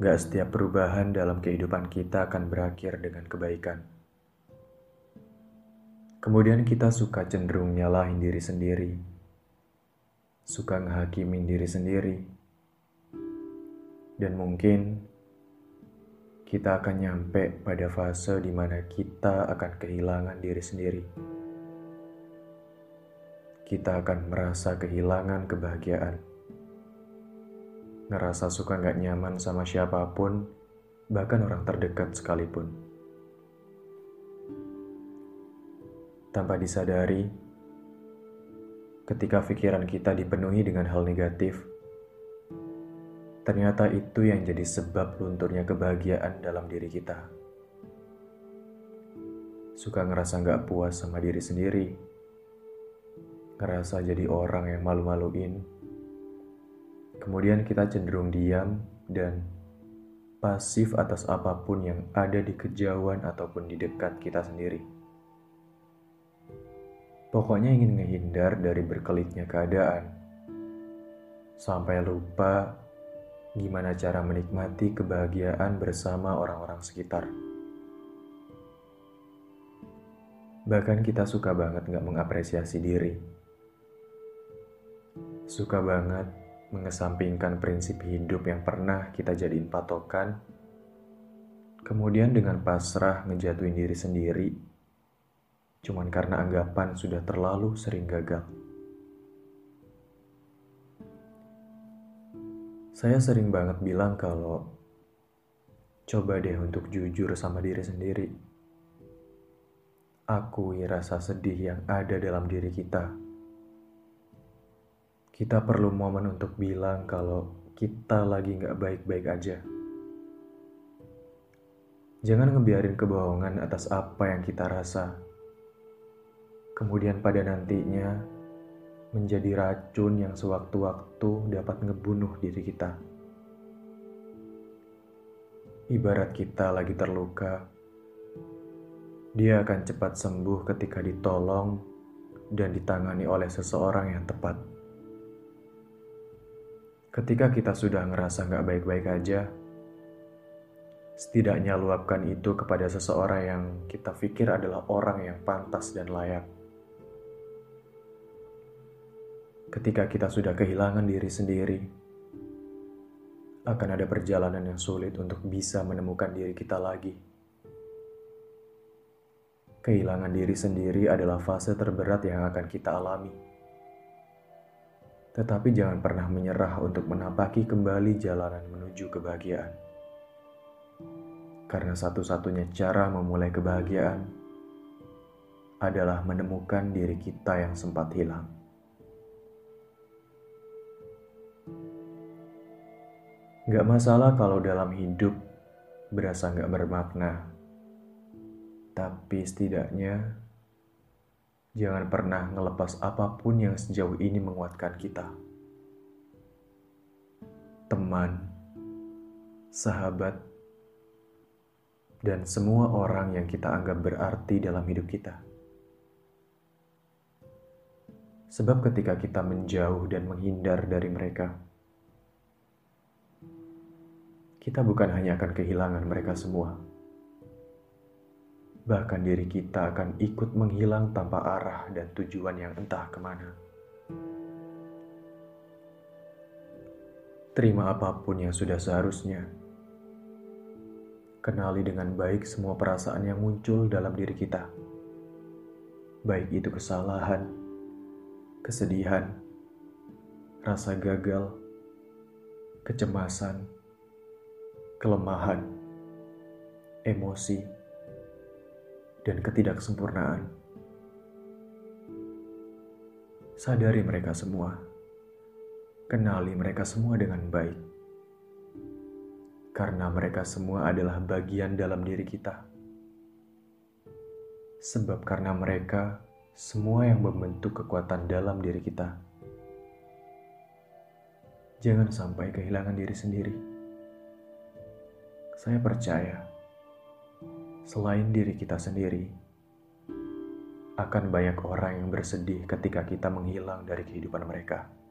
Gak setiap perubahan dalam kehidupan kita akan berakhir dengan kebaikan. Kemudian kita suka cenderung nyalahin diri sendiri, suka ngehakimin diri sendiri, dan mungkin kita akan nyampe pada fase di mana kita akan kehilangan diri sendiri. Kita akan merasa kehilangan kebahagiaan, ngerasa suka gak nyaman sama siapapun, bahkan orang terdekat sekalipun. Tanpa disadari, ketika pikiran kita dipenuhi dengan hal negatif, ternyata itu yang jadi sebab lunturnya kebahagiaan dalam diri kita. Suka ngerasa gak puas sama diri sendiri, ngerasa jadi orang yang malu-maluin. Kemudian kita cenderung diam dan pasif atas apapun yang ada di kejauhan ataupun di dekat kita sendiri. Pokoknya ingin ngehindar dari berkelitnya keadaan, sampai lupa gimana cara menikmati kebahagiaan bersama orang-orang sekitar. Bahkan kita suka banget gak mengapresiasi diri. Suka banget mengesampingkan prinsip hidup yang pernah kita jadiin patokan, kemudian dengan pasrah ngejatuhin diri sendiri, cuman karena anggapan sudah terlalu sering gagal. Saya sering banget bilang kalau coba deh untuk jujur sama diri sendiri. Akui rasa sedih yang ada dalam diri kita. Kita perlu momen untuk bilang kalau kita lagi gak baik-baik aja. Jangan ngebiarin kebohongan atas apa yang kita rasa. Kemudian pada nantinya menjadi racun yang sewaktu-waktu dapat ngebunuh diri kita. Ibarat kita lagi terluka, dia akan cepat sembuh ketika ditolong dan ditangani oleh seseorang yang tepat. Ketika kita sudah ngerasa gak baik-baik aja, setidaknya luapkan itu kepada seseorang yang kita pikir adalah orang yang pantas dan layak. Ketika kita sudah kehilangan diri sendiri, akan ada perjalanan yang sulit untuk bisa menemukan diri kita lagi. Kehilangan diri sendiri adalah fase terberat yang akan kita alami. Tetapi jangan pernah menyerah untuk menapaki kembali jalanan menuju kebahagiaan. Karena satu-satunya cara memulai kebahagiaan adalah menemukan diri kita yang sempat hilang. Gak masalah kalau dalam hidup berasa gak bermakna. Tapi setidaknya jangan pernah ngelepas apapun yang sejauh ini menguatkan kita. Teman, sahabat, dan semua orang yang kita anggap berarti dalam hidup kita. Sebab ketika kita menjauh dan menghindar dari mereka, kita bukan hanya akan kehilangan mereka semua. Bahkan diri kita akan ikut menghilang tanpa arah dan tujuan yang entah kemana. Terima apapun yang sudah seharusnya. Kenali dengan baik semua perasaan yang muncul dalam diri kita. Baik itu kesalahan, kesedihan, rasa gagal, kecemasan, kelemahan, emosi, dan ketidaksempurnaan. Sadari mereka semua. Kenali mereka semua dengan baik. Karena mereka semua adalah bagian dalam diri kita. Sebab karena mereka semua yang membentuk kekuatan dalam diri kita. Jangan sampai kehilangan diri sendiri. Saya percaya selain diri kita sendiri, akan banyak orang yang bersedih ketika kita menghilang dari kehidupan mereka.